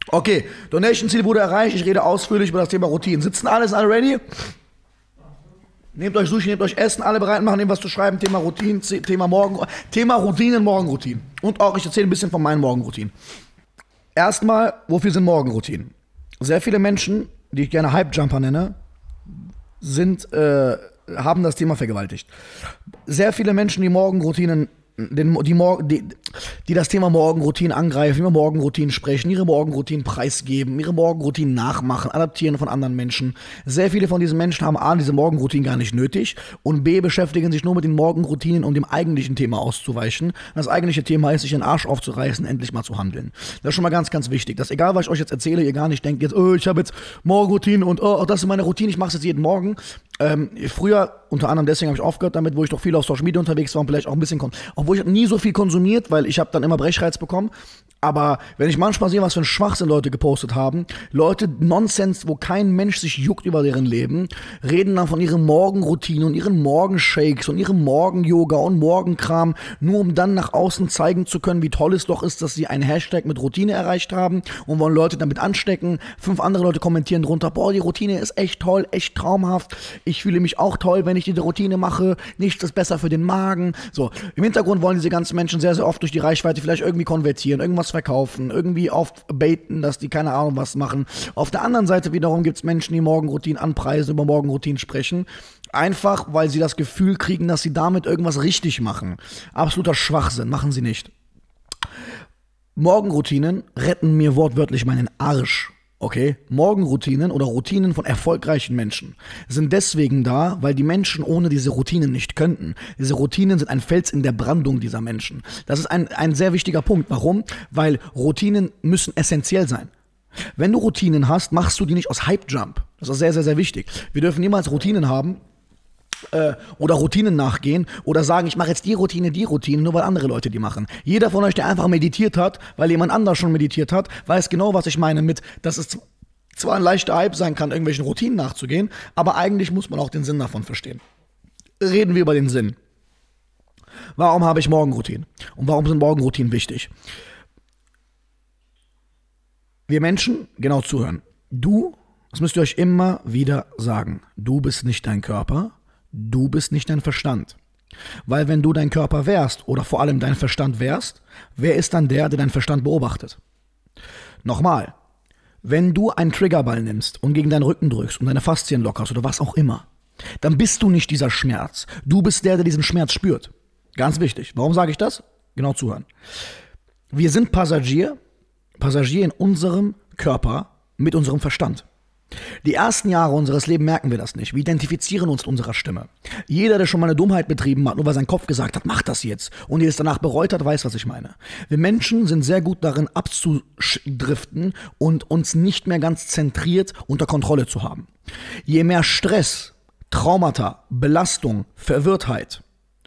Okay, Donation-Ziel wurde erreicht. Ich rede ausführlich über das Thema Routinen. Sitzen alle, sind alle ready? Nehmt euch Sushi, nehmt euch Essen, alle bereit machen, nehmt was zu schreiben. Thema Routinen, Thema Routinen, Morgenroutinen. Und auch, ich erzähle ein bisschen von meinen Morgenroutinen. Erstmal, wofür sind Morgenroutinen? Sehr viele Menschen, die ich gerne Hype-Jumper nenne, haben das Thema vergewaltigt. Sehr viele Menschen, die Morgenroutinen, die das Thema Morgenroutinen angreifen, über Morgenroutinen sprechen, ihre Morgenroutinen preisgeben, ihre Morgenroutinen nachmachen, adaptieren von anderen Menschen. Sehr viele von diesen Menschen haben A, diese Morgenroutinen gar nicht nötig und B, beschäftigen sich nur mit den Morgenroutinen, um dem eigentlichen Thema auszuweichen. Das eigentliche Thema ist, sich den Arsch aufzureißen, endlich mal zu handeln. Das ist schon mal ganz, ganz wichtig, dass egal, was ich euch jetzt erzähle, ihr gar nicht denkt jetzt, oh, ich habe jetzt Morgenroutinen und oh, das ist meine Routine, ich mache es jetzt jeden Morgen. Früher, unter anderem deswegen habe ich aufgehört damit, wo ich doch viel auf Social Media unterwegs war und vielleicht auch ein bisschen, obwohl ich nie so viel konsumiert, weil ich habe dann immer Brechreiz bekommen. Aber wenn ich manchmal sehe, was für ein Schwachsinn Leute gepostet haben, Leute, Nonsens, wo kein Mensch sich juckt über deren Leben, reden dann von ihren Morgenroutinen und ihren Morgenshakes und ihrem Morgen-Yoga und Morgenkram, nur um dann nach außen zeigen zu können, wie toll es doch ist, dass sie einen Hashtag mit Routine erreicht haben und wollen Leute damit anstecken. 5 andere Leute kommentieren drunter, boah, die Routine ist echt toll, echt traumhaft. Ich fühle mich auch toll, wenn ich diese Routine mache. Nichts ist besser für den Magen. So, im Hintergrund wollen diese ganzen Menschen sehr, sehr oft durch die Reichweite vielleicht irgendwie konvertieren, irgendwas verkaufen, irgendwie aufbaiten, dass die keine Ahnung was machen. Auf der anderen Seite wiederum gibt es Menschen, die Morgenroutinen anpreisen, über Morgenroutinen sprechen. Einfach, weil sie das Gefühl kriegen, dass sie damit irgendwas richtig machen. Absoluter Schwachsinn, machen sie nicht. Morgenroutinen retten mir wortwörtlich meinen Arsch. Okay, Morgenroutinen oder Routinen von erfolgreichen Menschen sind deswegen da, weil die Menschen ohne diese Routinen nicht könnten. Diese Routinen sind ein Fels in der Brandung dieser Menschen. Das ist ein sehr wichtiger Punkt. Warum? Weil Routinen müssen essentiell sein. Wenn du Routinen hast, machst du die nicht aus Hype-Jump. Das ist sehr, sehr, sehr wichtig. Wir dürfen niemals Routinen haben, oder Routinen nachgehen oder sagen, ich mache jetzt die Routine, nur weil andere Leute die machen. Jeder von euch, der einfach meditiert hat, weil jemand anders schon meditiert hat, weiß genau, was ich meine mit, dass es zwar ein leichter Hype sein kann, irgendwelchen Routinen nachzugehen, aber eigentlich muss man auch den Sinn davon verstehen. Reden wir über den Sinn. Warum habe ich Morgenroutinen? Und warum sind Morgenroutinen wichtig? Wir Menschen, genau zuhören. Das müsst ihr euch immer wieder sagen, du bist nicht dein Körper, du bist nicht dein Verstand. Weil wenn du dein Körper wärst oder vor allem dein Verstand wärst, wer ist dann der deinen Verstand beobachtet? Nochmal, wenn du einen Triggerball nimmst und gegen deinen Rücken drückst und deine Faszien lockerst oder was auch immer, dann bist du nicht dieser Schmerz. Du bist der diesen Schmerz spürt. Ganz wichtig. Warum sage ich das? Genau zuhören. Wir sind Passagier in unserem Körper mit unserem Verstand. Die ersten Jahre unseres Lebens merken wir das nicht. Wir identifizieren uns mit unserer Stimme. Jeder, der schon mal eine Dummheit betrieben hat, nur weil sein Kopf gesagt hat, mach das jetzt, und es danach bereut hat, weiß, was ich meine. Wir Menschen sind sehr gut darin, abzudriften und uns nicht mehr ganz zentriert unter Kontrolle zu haben. Je mehr Stress, Traumata, Belastung, Verwirrtheit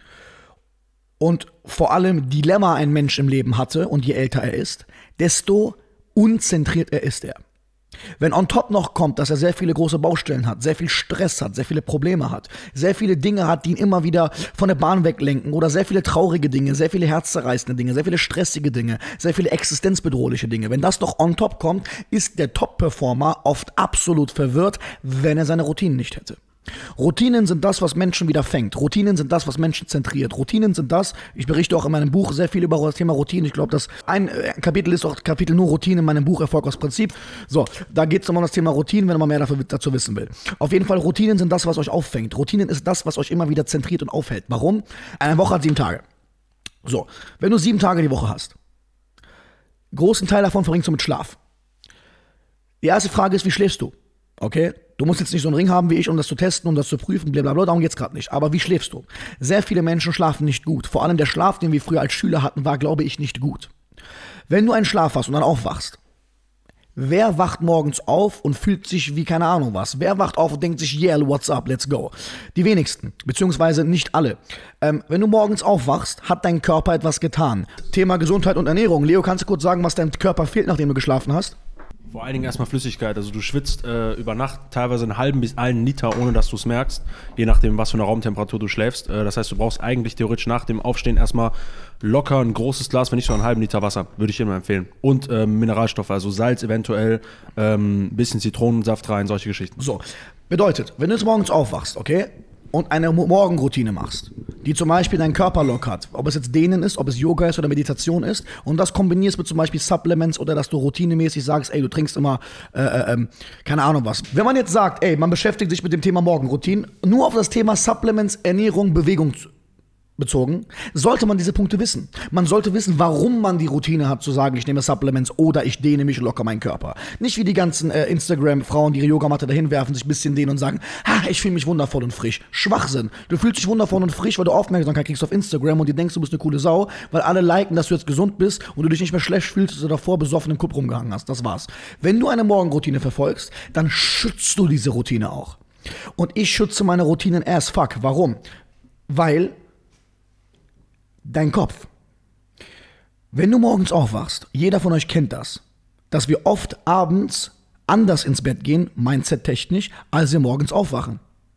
und vor allem Dilemma ein Mensch im Leben hatte und je älter er ist, desto unzentrierter ist er. Wenn on top noch kommt, dass er sehr viele große Baustellen hat, sehr viel Stress hat, sehr viele Probleme hat, sehr viele Dinge hat, die ihn immer wieder von der Bahn weglenken oder sehr viele traurige Dinge, sehr viele herzzerreißende Dinge, sehr viele stressige Dinge, sehr viele existenzbedrohliche Dinge. Wenn das noch on top kommt, ist der Top-Performer oft absolut verwirrt, wenn er seine Routinen nicht hätte. Routinen sind das, was Menschen wieder fängt. Routinen sind das, was Menschen zentriert. Routinen sind das, ich berichte auch in meinem Buch sehr viel über das Thema Routinen. Ich glaube, dass ein Kapitel ist auch Kapitel nur Routinen in meinem Buch Erfolg aus Prinzip. So, da geht es nochmal um das Thema Routinen, wenn man mehr dazu wissen will. Auf jeden Fall, Routinen sind das, was euch auffängt. Routinen ist das, was euch immer wieder zentriert und aufhält. Warum? Eine Woche hat 7 Tage. So, wenn du 7 Tage die Woche hast, großen Teil davon verbringst du mit Schlaf. Die erste Frage ist, wie schläfst du? Okay? Du musst jetzt nicht so einen Ring haben wie ich, um das zu testen, um das zu prüfen, blablabla, darum geht's gerade nicht. Aber wie schläfst du? Sehr viele Menschen schlafen nicht gut. Vor allem der Schlaf, den wir früher als Schüler hatten, war, glaube ich, nicht gut. Wenn du einen Schlaf hast und dann aufwachst, wer wacht morgens auf und fühlt sich wie keine Ahnung was? Wer wacht auf und denkt sich, yeah, what's up, let's go? Die wenigsten, beziehungsweise nicht alle. Wenn du morgens aufwachst, hat dein Körper etwas getan. Thema Gesundheit und Ernährung. Leo, kannst du kurz sagen, was deinem Körper fehlt, nachdem du geschlafen hast? Vor allen Dingen erstmal Flüssigkeit. Also du schwitzt über Nacht teilweise einen halben bis einen Liter, ohne dass du es merkst, je nachdem, was für eine Raumtemperatur du schläfst. Das heißt, du brauchst eigentlich theoretisch nach dem Aufstehen erstmal locker ein großes Glas, wenn nicht so einen halben Liter Wasser, würde ich dir mal empfehlen. Und Mineralstoffe, also Salz eventuell, bisschen Zitronensaft rein, solche Geschichten. So, bedeutet, wenn du jetzt morgens aufwachst, okay, und eine Morgenroutine machst, die zum Beispiel deinen Körper lockert, ob es jetzt Dehnen ist, ob es Yoga ist oder Meditation ist, und das kombinierst mit zum Beispiel Supplements oder dass du routinemäßig sagst, ey, du trinkst immer, keine Ahnung was. Wenn man jetzt sagt, ey, man beschäftigt sich mit dem Thema Morgenroutine, nur auf das Thema Supplements, Ernährung, Bewegung bezogen, sollte man diese Punkte wissen. Man sollte wissen, warum man die Routine hat, zu sagen, ich nehme Supplements oder ich dehne mich locker meinen Körper. Nicht wie die ganzen Instagram-Frauen, die ihre Yogamatte dahin werfen, sich ein bisschen dehnen und sagen, ha, ich fühle mich wundervoll und frisch. Schwachsinn. Du fühlst dich wundervoll und frisch, weil du Aufmerksamkeit kriegst auf Instagram und dir denkst, du bist eine coole Sau, weil alle liken, dass du jetzt gesund bist und du dich nicht mehr schlecht fühlst, dass du davor besoffen im Kupp rumgehangen hast. Das war's. Wenn du eine Morgenroutine verfolgst, dann schützt du diese Routine auch. Und ich schütze meine Routinen as fuck. Warum? Weil dein Kopf. Wenn du morgens aufwachst, jeder von euch kennt das, dass wir oft abends anders ins Bett gehen, mindset-technisch, als wir morgens aufwachen.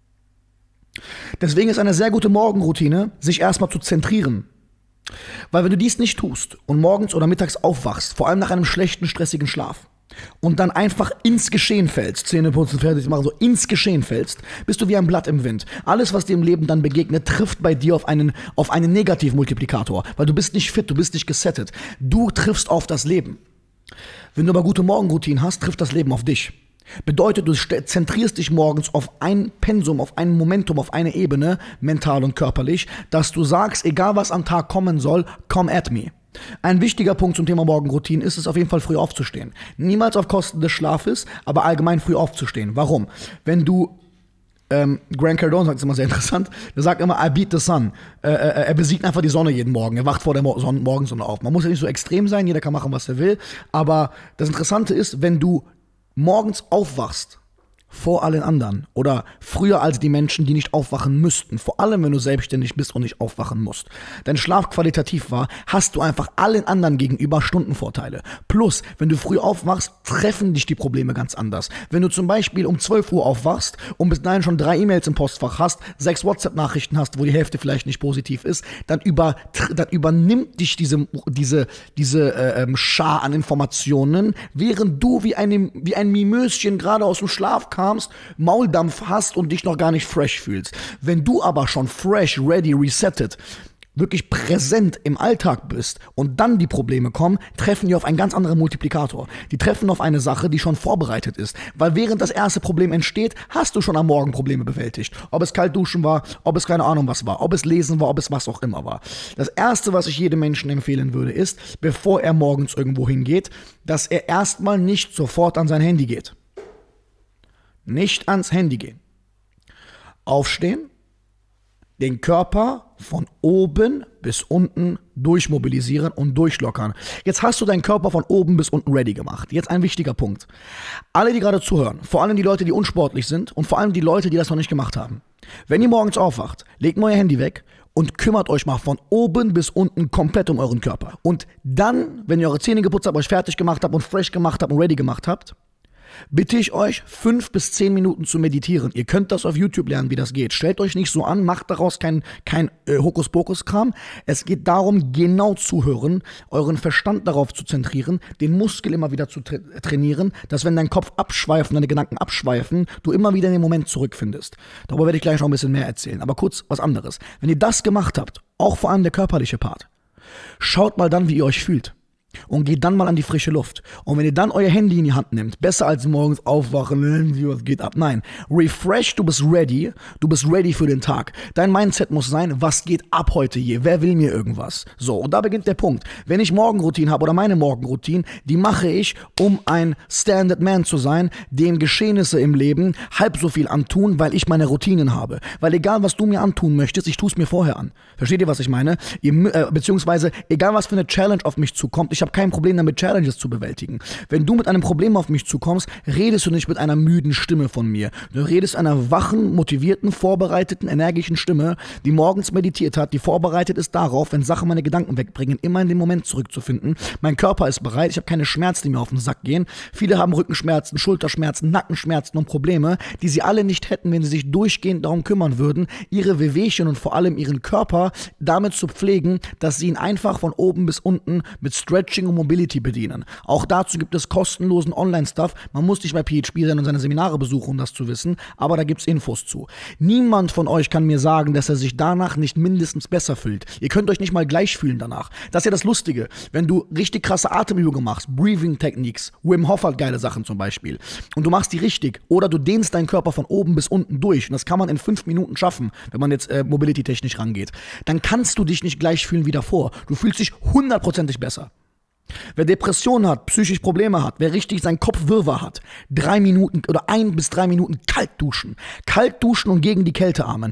Deswegen ist eine sehr gute Morgenroutine, sich erstmal zu zentrieren. Weil wenn du dies nicht tust und morgens oder mittags aufwachst, vor allem nach einem schlechten, stressigen Schlaf, und dann einfach ins Geschehen fällst, Zähne putzen, fertig machen, so ins Geschehen fällst, bist du wie ein Blatt im Wind. Alles, was dir im Leben dann begegnet, trifft bei dir auf einen Negativmultiplikator, weil du bist nicht fit, du bist nicht gesettet. Du triffst auf das Leben. Wenn du aber gute Morgenroutinen hast, trifft das Leben auf dich. Bedeutet, du zentrierst dich morgens auf ein Pensum, auf ein Momentum, auf eine Ebene, mental und körperlich, dass du sagst, egal was am Tag kommen soll, come at me. Ein wichtiger Punkt zum Thema Morgenroutine ist es auf jeden Fall, früh aufzustehen. Niemals auf Kosten des Schlafes, aber allgemein früh aufzustehen. Warum? Wenn du, Grant Cardone sagt es immer sehr interessant, der sagt immer, I beat the sun. Er besiegt einfach die Sonne jeden Morgen. Er wacht vor der Morgensonne auf. Man muss ja nicht so extrem sein, jeder kann machen, was er will. Aber das Interessante ist, wenn du morgens aufwachst, vor allen anderen oder früher als die Menschen, die nicht aufwachen müssten, vor allem wenn du selbstständig bist und nicht aufwachen musst, dein Schlaf qualitativ war, hast du einfach allen anderen gegenüber Stundenvorteile. Plus, wenn du früh aufwachst, treffen dich die Probleme ganz anders. Wenn du zum Beispiel um 12 Uhr aufwachst und bis dahin schon 3 E-Mails im Postfach hast, 6 WhatsApp-Nachrichten hast, wo die Hälfte vielleicht nicht positiv ist, dann übernimmt dich diese Schar an Informationen, während du wie ein Mimöschen gerade aus dem Schlaf kamst, Mauldampf hast und dich noch gar nicht fresh fühlst. Wenn du aber schon fresh, ready, resettet, wirklich präsent im Alltag bist und dann die Probleme kommen, treffen die auf einen ganz anderen Multiplikator. Die treffen auf eine Sache, die schon vorbereitet ist. Weil während das erste Problem entsteht, hast du schon am Morgen Probleme bewältigt. Ob es kalt duschen war, ob es keine Ahnung was war, ob es lesen war, ob es was auch immer war. Das erste, was ich jedem Menschen empfehlen würde, ist, bevor er morgens irgendwo hingeht, dass er erstmal nicht sofort an sein Handy geht. Nicht ans Handy gehen. Aufstehen, den Körper von oben bis unten durchmobilisieren und durchlockern. Jetzt hast du deinen Körper von oben bis unten ready gemacht. Jetzt ein wichtiger Punkt. Alle, die gerade zuhören, vor allem die Leute, die unsportlich sind und vor allem die Leute, die das noch nicht gemacht haben. Wenn ihr morgens aufwacht, legt mal euer Handy weg und kümmert euch mal von oben bis unten komplett um euren Körper. Und dann, wenn ihr eure Zähne geputzt habt, euch fertig gemacht habt und fresh gemacht habt und ready gemacht habt, bitte ich euch, 5 bis 10 Minuten zu meditieren. Ihr könnt das auf YouTube lernen, wie das geht. Stellt euch nicht so an, macht daraus kein Hokuspokus-Kram. Es geht darum, genau zuhören, euren Verstand darauf zu zentrieren, den Muskel immer wieder zu trainieren, dass wenn dein Kopf abschweift und deine Gedanken abschweifen, du immer wieder in den Moment zurückfindest. Darüber werde ich gleich noch ein bisschen mehr erzählen. Aber kurz was anderes. Wenn ihr das gemacht habt, auch vor allem der körperliche Part, schaut mal dann, wie ihr euch fühlt. Und geht dann mal an die frische Luft. Und wenn ihr dann euer Handy in die Hand nehmt, besser als morgens aufwachen, was geht ab? Nein, refresh, du bist ready für den Tag. Dein Mindset muss sein, was geht ab heute je? Wer will mir irgendwas? So, und da beginnt der Punkt. Wenn ich Morgenroutine habe oder meine Morgenroutine, die mache ich, um ein Standard Man zu sein, dem Geschehnisse im Leben halb so viel antun, weil ich meine Routinen habe. Weil egal, was du mir antun möchtest, ich tue es mir vorher an. Versteht ihr, was ich meine? Beziehungsweise, egal was für eine Challenge auf mich zukommt, ich habe kein Problem damit, Challenges zu bewältigen. Wenn du mit einem Problem auf mich zukommst, redest du nicht mit einer müden Stimme von mir. Du redest einer wachen, motivierten, vorbereiteten, energischen Stimme, die morgens meditiert hat, die vorbereitet ist darauf, wenn Sachen meine Gedanken wegbringen, immer in den Moment zurückzufinden. Mein Körper ist bereit, ich habe keine Schmerzen, die mir auf den Sack gehen. Viele haben Rückenschmerzen, Schulterschmerzen, Nackenschmerzen und Probleme, die sie alle nicht hätten, wenn sie sich durchgehend darum kümmern würden, ihre Wehwehchen und vor allem ihren Körper damit zu pflegen, dass sie ihn einfach von oben bis unten mit Stretching und Mobility bedienen. Auch dazu gibt es kostenlosen Online-Stuff. Man muss nicht bei PHP sein und seine Seminare besuchen, um das zu wissen, aber da gibt es Infos zu. Niemand von euch kann mir sagen, dass er sich danach nicht mindestens besser fühlt. Ihr könnt euch nicht mal gleich fühlen danach. Das ist ja das Lustige. Wenn du richtig krasse Atemübungen machst, Breathing Techniques, Wim Hof hat geile Sachen zum Beispiel, und du machst die richtig, oder du dehnst deinen Körper von oben bis unten durch, und das kann man in 5 Minuten schaffen, wenn man jetzt Mobility-technisch rangeht, dann kannst du dich nicht gleich fühlen wie davor. Du fühlst dich 100%ig besser. Wer Depressionen hat, psychisch Probleme hat, wer richtig seinen Kopf Wirrwarr hat, 3 Minuten oder 1 bis 3 Minuten kalt duschen. Kalt duschen und gegen die Kälte atmen.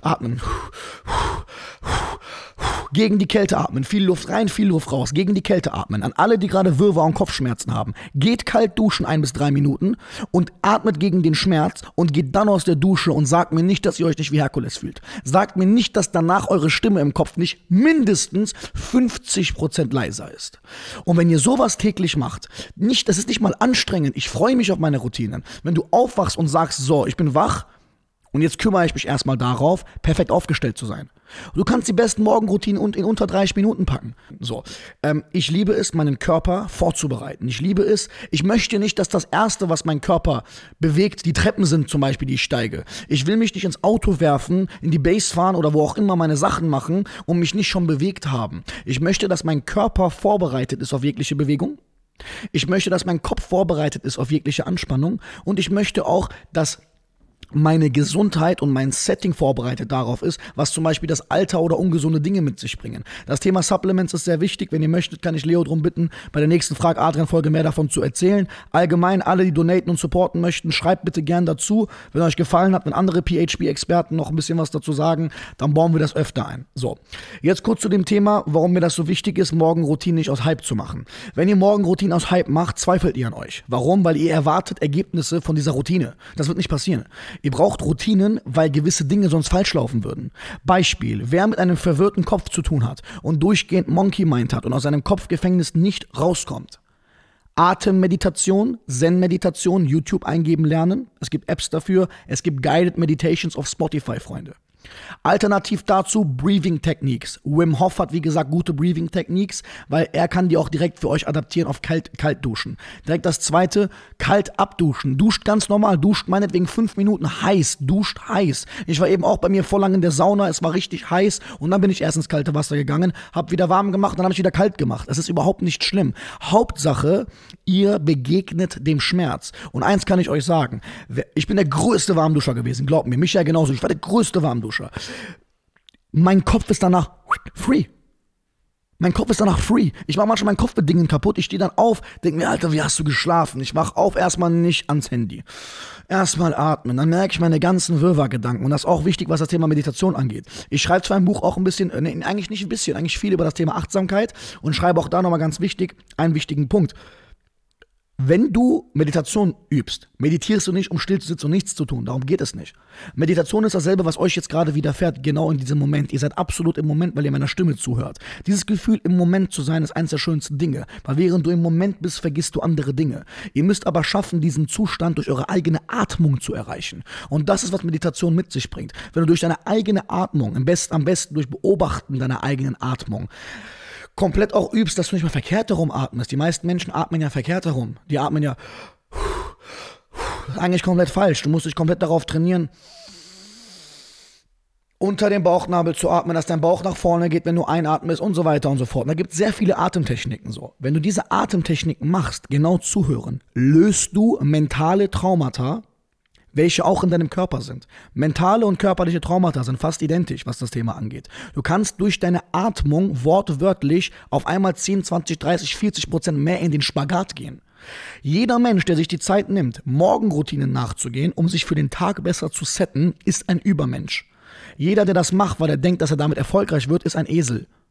Gegen die Kälte atmen. Viel Luft rein, viel Luft raus. Gegen die Kälte atmen. An alle, die gerade Wirrwarr und Kopfschmerzen haben. Geht kalt duschen 1 bis 3 Minuten und atmet gegen den Schmerz und geht dann aus der Dusche und sagt mir nicht, dass ihr euch nicht wie Herkules fühlt. Sagt mir nicht, dass danach eure Stimme im Kopf nicht mindestens 50% leiser ist. Und wenn ihr sowas täglich macht, das ist nicht mal anstrengend, ich freue mich auf meine Routinen. Wenn du aufwachst und sagst, so, ich bin wach und jetzt kümmere ich mich erstmal darauf, perfekt aufgestellt zu sein. Du kannst die besten Morgenroutinen in unter 30 Minuten packen. So, ich liebe es, meinen Körper vorzubereiten. Ich möchte nicht, dass das Erste, was mein Körper bewegt, die Treppen sind zum Beispiel, die ich steige. Ich will mich nicht ins Auto werfen, in die Base fahren oder wo auch immer meine Sachen machen und mich nicht schon bewegt haben. Ich möchte, dass mein Körper vorbereitet ist auf jegliche Bewegung. Ich möchte, dass mein Kopf vorbereitet ist auf jegliche Anspannung. Und ich möchte auch, dass meine Gesundheit und mein Setting vorbereitet darauf ist, was zum Beispiel das Alter oder ungesunde Dinge mit sich bringen. Das Thema Supplements ist sehr wichtig. Wenn ihr möchtet, kann ich Leo darum bitten, bei der nächsten Frag-Adrian-Folge mehr davon zu erzählen. Allgemein, alle, die donaten und supporten möchten, schreibt bitte gern dazu. Wenn euch gefallen hat, wenn andere PHP-Experten noch ein bisschen was dazu sagen, dann bauen wir das öfter ein. So, jetzt kurz zu dem Thema, warum mir das so wichtig ist, Morgenroutinen nicht aus Hype zu machen. Wenn ihr Morgenroutinen aus Hype macht, zweifelt ihr an euch. Warum? Weil ihr erwartet Ergebnisse von dieser Routine. Das wird nicht passieren. Ihr braucht Routinen, weil gewisse Dinge sonst falsch laufen würden. Beispiel, wer mit einem verwirrten Kopf zu tun hat und durchgehend Monkey Mind hat und aus seinem Kopfgefängnis nicht rauskommt. Atemmeditation, Zen-Meditation, YouTube eingeben lernen. Es gibt Apps dafür. Es gibt Guided Meditations auf Spotify, Freunde. Alternativ dazu Breathing Techniques. Wim Hof hat, wie gesagt, gute Breathing Techniques, weil er kann die auch direkt für euch adaptieren auf kalt duschen. Direkt das zweite, kalt abduschen. Duscht ganz normal, duscht meinetwegen 5 Minuten heiß, duscht heiß. Ich war eben auch bei mir voll lang in der Sauna, es war richtig heiß und dann bin ich erst ins kalte Wasser gegangen, hab wieder warm gemacht, dann habe ich wieder kalt gemacht. Das ist überhaupt nicht schlimm. Hauptsache, ihr begegnet dem Schmerz. Und eins kann ich euch sagen, ich bin der größte Warmduscher gewesen, glaubt mir, Michael genauso, ich war der größte Warmduscher. Mein Kopf ist danach free. Mein Kopf ist danach free. Ich mache manchmal mein Kopfbedingungen kaputt. Ich stehe dann auf, denke mir, Alter, wie hast du geschlafen? Ich wach auf, erstmal nicht ans Handy. Erstmal atmen. Dann merke ich meine ganzen Wirrwarr-Gedanken. Und das ist auch wichtig, was das Thema Meditation angeht. Ich schreibe zwar im Buch auch ein bisschen, eigentlich nicht ein bisschen, eigentlich viel über das Thema Achtsamkeit und schreibe auch da nochmal ganz wichtig, einen wichtigen Punkt. Wenn du Meditation übst, meditierst du nicht, um still zu sitzen und nichts zu tun. Darum geht es nicht. Meditation ist dasselbe, was euch jetzt gerade widerfährt, genau in diesem Moment. Ihr seid absolut im Moment, weil ihr meiner Stimme zuhört. Dieses Gefühl, im Moment zu sein, ist eines der schönsten Dinge. Weil während du im Moment bist, vergisst du andere Dinge. Ihr müsst aber schaffen, diesen Zustand durch eure eigene Atmung zu erreichen. Und das ist, was Meditation mit sich bringt. Wenn du durch deine eigene Atmung, am besten durch Beobachten deiner eigenen Atmung, komplett auch übst, dass du nicht mal verkehrt herum atmest. Die meisten Menschen atmen ja verkehrt herum. Die atmen ja eigentlich komplett falsch. Du musst dich komplett darauf trainieren, unter dem Bauchnabel zu atmen, dass dein Bauch nach vorne geht, wenn du einatmest und so weiter und so fort. Und da gibt es sehr viele Atemtechniken so. Wenn du diese Atemtechniken machst, genau zuhören, löst du mentale Traumata, welche auch in deinem Körper sind. Mentale und körperliche Traumata sind fast identisch, was das Thema angeht. Du kannst durch deine Atmung wortwörtlich auf einmal 10, 20, 30, 40% mehr in den Spagat gehen. Jeder Mensch, der sich die Zeit nimmt, Morgenroutinen nachzugehen, um sich für den Tag besser zu setten, ist ein Übermensch. Jeder, der das macht, weil er denkt, dass er damit erfolgreich wird, ist ein Esel.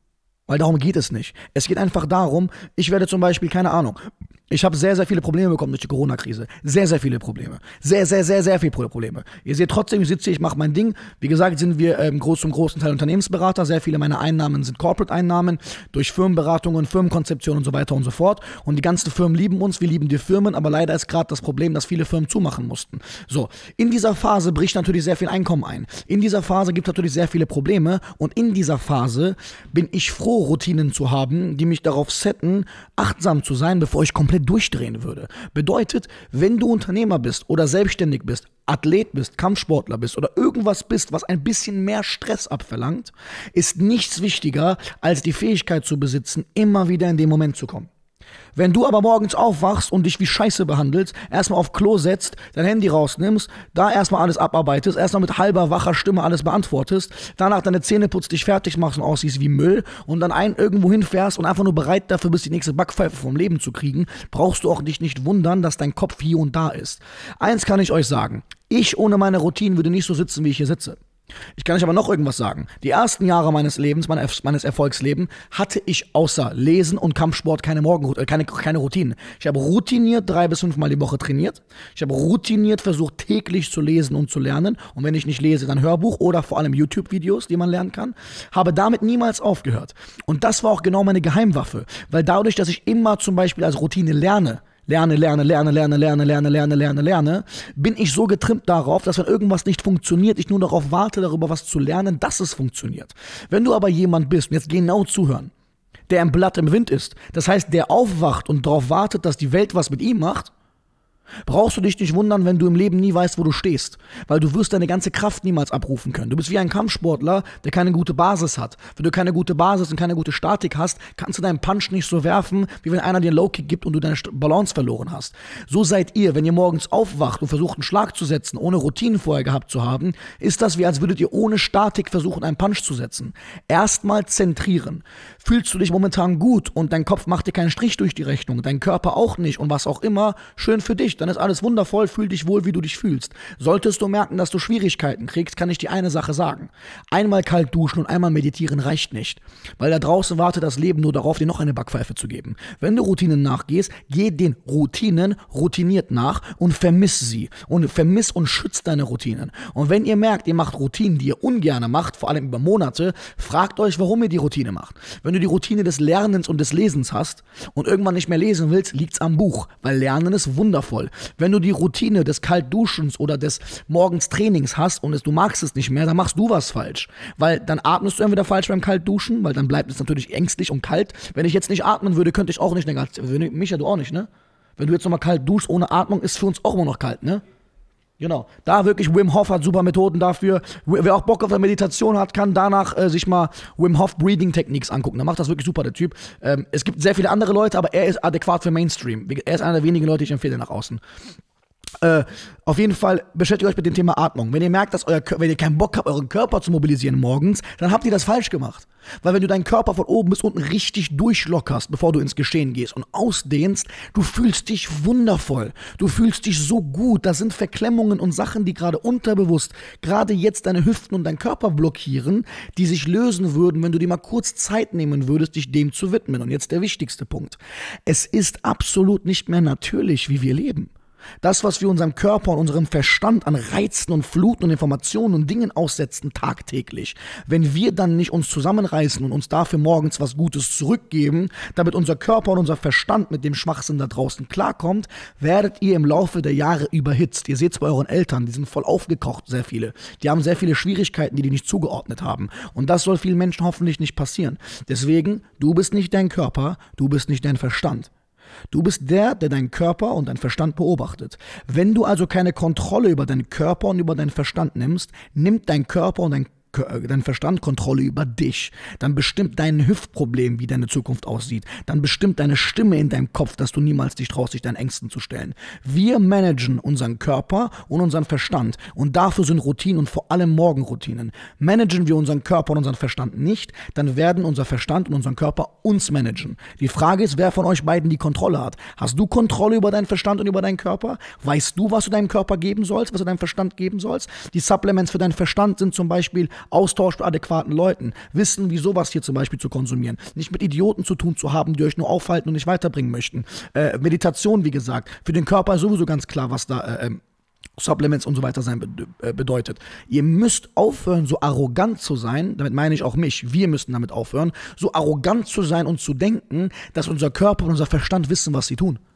Weil darum geht es nicht. Es geht einfach darum, ich werde zum Beispiel, keine Ahnung, ich habe sehr, sehr viele Probleme bekommen durch die Corona-Krise. Sehr, sehr viele Probleme. Sehr, sehr, sehr, sehr viele Probleme. Ihr seht trotzdem, ich sitze hier, ich mache mein Ding. Wie gesagt, sind wir zum großen Teil Unternehmensberater. Sehr viele meiner Einnahmen sind Corporate-Einnahmen durch Firmenberatungen, Firmenkonzeption und so weiter und so fort. Und die ganzen Firmen lieben uns, wir lieben die Firmen, aber leider ist gerade das Problem, dass viele Firmen zumachen mussten. So, in dieser Phase bricht natürlich sehr viel Einkommen ein. In dieser Phase gibt es natürlich sehr viele Probleme und in dieser Phase bin ich froh, Routinen zu haben, die mich darauf setten, achtsam zu sein, bevor ich komplett durchdrehen würde. Bedeutet, wenn du Unternehmer bist oder selbstständig bist, Athlet bist, Kampfsportler bist oder irgendwas bist, was ein bisschen mehr Stress abverlangt, ist nichts wichtiger, als die Fähigkeit zu besitzen, immer wieder in den Moment zu kommen. Wenn du aber morgens aufwachst und dich wie Scheiße behandelst, erstmal auf Klo setzt, dein Handy rausnimmst, da erstmal alles abarbeitest, erstmal mit halber wacher Stimme alles beantwortest, danach deine Zähne putzt, dich fertig machst und aussiehst wie Müll und dann irgendwo hinfährst und einfach nur bereit dafür bist, die nächste Backpfeife vom Leben zu kriegen, brauchst du auch dich nicht wundern, dass dein Kopf hier und da ist. Eins kann ich euch sagen, ich ohne meine Routinen würde nicht so sitzen, wie ich hier sitze. Ich kann euch aber noch irgendwas sagen. Die ersten Jahre meines Lebens, meines Erfolgslebens, hatte ich außer Lesen und Kampfsport keine Routinen. Ich habe routiniert 3 bis 5 Mal die Woche trainiert. Ich habe routiniert versucht, täglich zu lesen und zu lernen. Und wenn ich nicht lese, dann Hörbuch oder vor allem YouTube-Videos, die man lernen kann. Habe damit niemals aufgehört. Und das war auch genau meine Geheimwaffe. Weil dadurch, dass ich immer zum Beispiel als Routine lerne, bin ich so getrimmt darauf, dass wenn irgendwas nicht funktioniert, ich nur darauf warte, darüber was zu lernen, dass es funktioniert. Wenn du aber jemand bist, und jetzt genau zuhören, der ein Blatt im Wind ist, das heißt, der aufwacht und darauf wartet, dass die Welt was mit ihm macht, brauchst du dich nicht wundern, wenn du im Leben nie weißt, wo du stehst, weil du wirst deine ganze Kraft niemals abrufen können. Du bist wie ein Kampfsportler, der keine gute Basis hat. Wenn du keine gute Basis und keine gute Statik hast, kannst du deinen Punch nicht so werfen, wie wenn einer dir einen Low-Kick gibt und du deine Balance verloren hast. So seid ihr, wenn ihr morgens aufwacht und versucht, einen Schlag zu setzen, ohne Routinen vorher gehabt zu haben, ist das wie, als würdet ihr ohne Statik versuchen, einen Punch zu setzen. Erstmal zentrieren. Fühlst du dich momentan gut und dein Kopf macht dir keinen Strich durch die Rechnung, dein Körper auch nicht und was auch immer, schön für dich. Dann ist alles wundervoll, fühl dich wohl, wie du dich fühlst. Solltest du merken, dass du Schwierigkeiten kriegst, kann ich dir eine Sache sagen. Einmal kalt duschen und einmal meditieren reicht nicht. Weil da draußen wartet das Leben nur darauf, dir noch eine Backpfeife zu geben. Wenn du Routinen nachgehst, geh den Routinen routiniert nach und vermiss sie. Und vermiss und schütz deine Routinen. Und wenn ihr merkt, ihr macht Routinen, die ihr ungerne macht, vor allem über Monate, fragt euch, warum ihr die Routine macht. Wenn du die Routine des Lernens und des Lesens hast und irgendwann nicht mehr lesen willst, liegt's am Buch. Weil Lernen ist wundervoll. Wenn du die Routine des Kaltduschens oder des morgens Trainings hast und du magst es nicht mehr, dann machst du was falsch. Weil dann atmest du entweder falsch beim Kaltduschen, weil dann bleibt es natürlich ängstlich und kalt. Wenn ich jetzt nicht atmen würde, könnte ich auch nicht länger. Micha, du auch nicht, ne? Wenn du jetzt nochmal kalt duschst ohne Atmung, ist für uns auch immer noch kalt, ne? Genau, da wirklich Wim Hof hat super Methoden dafür. Wer auch Bock auf eine Meditation hat, kann danach sich mal Wim Hof Breathing Techniques angucken. Der macht das wirklich super, der Typ. Es gibt sehr viele andere Leute, aber er ist adäquat für Mainstream. Er ist einer der wenigen Leute, die ich empfehle nach außen. Auf jeden Fall beschäftigt euch mit dem Thema Atmung. Wenn ihr merkt, dass wenn ihr keinen Bock habt, euren Körper zu mobilisieren morgens, dann habt ihr das falsch gemacht. Weil wenn du deinen Körper von oben bis unten richtig durchlockerst, bevor du ins Geschehen gehst und ausdehnst, du fühlst dich wundervoll. Du fühlst dich so gut. Das sind Verklemmungen und Sachen, die gerade unterbewusst, gerade jetzt deine Hüften und deinen Körper blockieren, die sich lösen würden, wenn du dir mal kurz Zeit nehmen würdest, dich dem zu widmen. Und jetzt der wichtigste Punkt. Es ist absolut nicht mehr natürlich, wie wir leben. Das, was wir unserem Körper und unserem Verstand an Reizen und Fluten und Informationen und Dingen aussetzen tagtäglich, wenn wir dann nicht uns zusammenreißen und uns dafür morgens was Gutes zurückgeben, damit unser Körper und unser Verstand mit dem Schwachsinn da draußen klarkommt, werdet ihr im Laufe der Jahre überhitzt. Ihr seht es bei euren Eltern, die sind voll aufgekocht, sehr viele. Die haben sehr viele Schwierigkeiten, die nicht zugeordnet haben. Und das soll vielen Menschen hoffentlich nicht passieren. Deswegen, du bist nicht dein Körper, du bist nicht dein Verstand. Du bist der deinen Körper und deinen Verstand beobachtet. Wenn du also keine Kontrolle über deinen Körper und über deinen Verstand nimmst, nimmt dein Körper und dein Verstand Kontrolle über dich. Dann bestimmt dein Hüftproblem, wie deine Zukunft aussieht. Dann bestimmt deine Stimme in deinem Kopf, dass du niemals dich traust, dich deinen Ängsten zu stellen. Wir managen unseren Körper und unseren Verstand. Und dafür sind Routinen und vor allem Morgenroutinen. Managen wir unseren Körper und unseren Verstand nicht, dann werden unser Verstand und unser Körper uns managen. Die Frage ist, wer von euch beiden die Kontrolle hat. Hast du Kontrolle über deinen Verstand und über deinen Körper? Weißt du, was du deinem Körper geben sollst, was du deinem Verstand geben sollst? Die Supplements für deinen Verstand sind zum Beispiel Austausch mit adäquaten Leuten, wissen, wie sowas hier zum Beispiel zu konsumieren, nicht mit Idioten zu tun zu haben, die euch nur aufhalten und nicht weiterbringen möchten. Meditation, wie gesagt, für den Körper ist sowieso ganz klar, was da Supplements und so weiter sein bedeutet. Ihr müsst aufhören, so arrogant zu sein, damit meine ich auch mich, wir müssen damit aufhören, so arrogant zu sein und zu denken, dass unser Körper und unser Verstand wissen, was sie tun.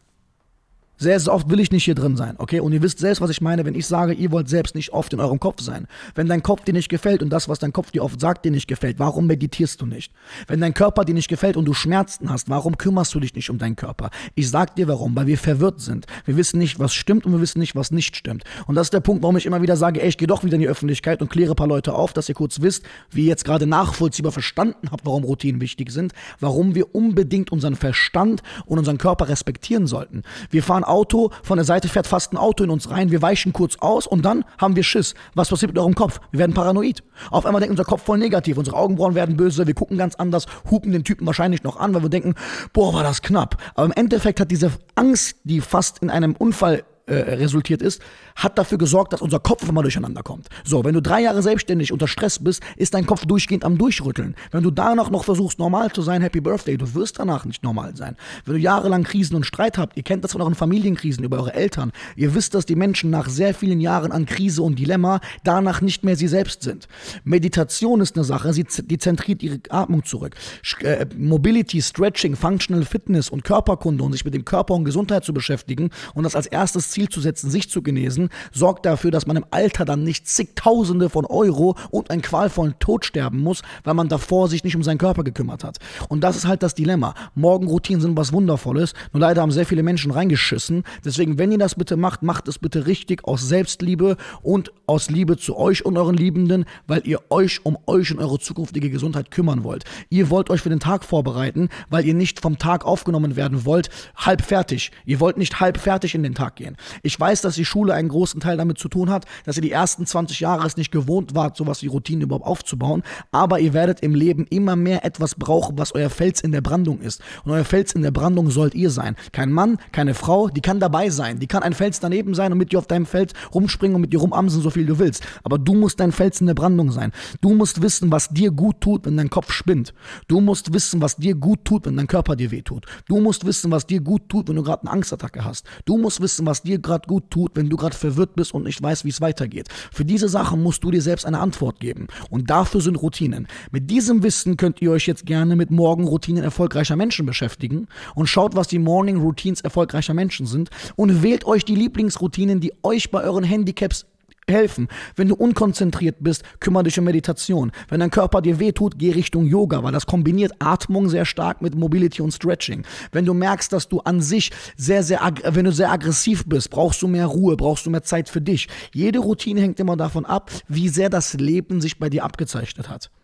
Sehr, sehr oft will ich nicht hier drin sein, okay? Und ihr wisst selbst, was ich meine, wenn ich sage, ihr wollt selbst nicht oft in eurem Kopf sein. Wenn dein Kopf dir nicht gefällt und das, was dein Kopf dir oft sagt, dir nicht gefällt, warum meditierst du nicht? Wenn dein Körper dir nicht gefällt und du Schmerzen hast, warum kümmerst du dich nicht um deinen Körper? Ich sag dir warum, weil wir verwirrt sind. Wir wissen nicht, was stimmt und wir wissen nicht, was nicht stimmt. Und das ist der Punkt, warum ich immer wieder sage, ey, ich gehe doch wieder in die Öffentlichkeit und kläre ein paar Leute auf, dass ihr kurz wisst, wie ihr jetzt gerade nachvollziehbar verstanden habt, warum Routinen wichtig sind, warum wir unbedingt unseren Verstand und unseren Körper respektieren sollten. Wir fahren Auto, von der Seite fährt fast ein Auto in uns rein, wir weichen kurz aus und dann haben wir Schiss. Was passiert mit eurem Kopf? Wir werden paranoid. Auf einmal denkt unser Kopf voll negativ, unsere Augenbrauen werden böse, wir gucken ganz anders, hupen den Typen wahrscheinlich noch an, weil wir denken, boah, war das knapp. Aber im Endeffekt hat diese Angst, die fast in einem Unfall resultiert ist, hat dafür gesorgt, dass unser Kopf immer durcheinander kommt. So, wenn du 3 Jahre selbstständig unter Stress bist, ist dein Kopf durchgehend am Durchrütteln. Wenn du danach noch versuchst, normal zu sein, Happy Birthday, du wirst danach nicht normal sein. Wenn du jahrelang Krisen und Streit habt, ihr kennt das von euren Familienkrisen über eure Eltern, ihr wisst, dass die Menschen nach sehr vielen Jahren an Krise und Dilemma danach nicht mehr sie selbst sind. Meditation ist eine Sache, die zentriert ihre Atmung zurück. Mobility, Stretching, Functional Fitness und Körperkunde und sich mit dem Körper und Gesundheit zu beschäftigen und das als erstes Ziel zu setzen, sich zu genesen, sorgt dafür, dass man im Alter dann nicht zigtausende von Euro und einen qualvollen Tod sterben muss, weil man davor sich nicht um seinen Körper gekümmert hat. Und das ist halt das Dilemma. Morgenroutinen sind was Wundervolles, nur leider haben sehr viele Menschen reingeschissen. Deswegen, wenn ihr das bitte macht, macht es bitte richtig aus Selbstliebe und aus Liebe zu euch und euren Liebenden, weil ihr euch um euch und eure zukünftige Gesundheit kümmern wollt. Ihr wollt euch für den Tag vorbereiten, weil ihr nicht vom Tag aufgenommen werden wollt, halb fertig. Ihr wollt nicht halb fertig in den Tag gehen. Ich weiß, dass die Schule einen großen Teil damit zu tun hat, dass ihr die ersten 20 Jahre es nicht gewohnt wart, sowas wie Routinen überhaupt aufzubauen, aber ihr werdet im Leben immer mehr etwas brauchen, was euer Fels in der Brandung ist. Und euer Fels in der Brandung sollt ihr sein. Kein Mann, keine Frau, die kann dabei sein. Die kann ein Fels daneben sein und mit dir auf deinem Feld rumspringen und mit dir rumamsen, so viel du willst. Aber du musst dein Fels in der Brandung sein. Du musst wissen, was dir gut tut, wenn dein Kopf spinnt. Du musst wissen, was dir gut tut, wenn dein Körper dir wehtut. Du musst wissen, was dir gut tut, wenn du gerade eine Angstattacke hast. Du musst wissen, was dir gerade gut tut, wenn du gerade verwirrt bist und nicht weißt, wie es weitergeht. Für diese Sachen musst du dir selbst eine Antwort geben. Und dafür sind Routinen. Mit diesem Wissen könnt ihr euch jetzt gerne mit Morgenroutinen erfolgreicher Menschen beschäftigen und schaut, was die Morning Routines erfolgreicher Menschen sind und wählt euch die Lieblingsroutinen, die euch bei euren Handicaps helfen. Wenn du unkonzentriert bist, kümmere dich um Meditation. Wenn dein Körper dir wehtut, geh Richtung Yoga, weil das kombiniert Atmung sehr stark mit Mobility und Stretching. Wenn du merkst, dass du an sich wenn du sehr aggressiv bist, brauchst du mehr Ruhe, brauchst du mehr Zeit für dich. Jede Routine hängt immer davon ab, wie sehr das Leben sich bei dir abgezeichnet hat.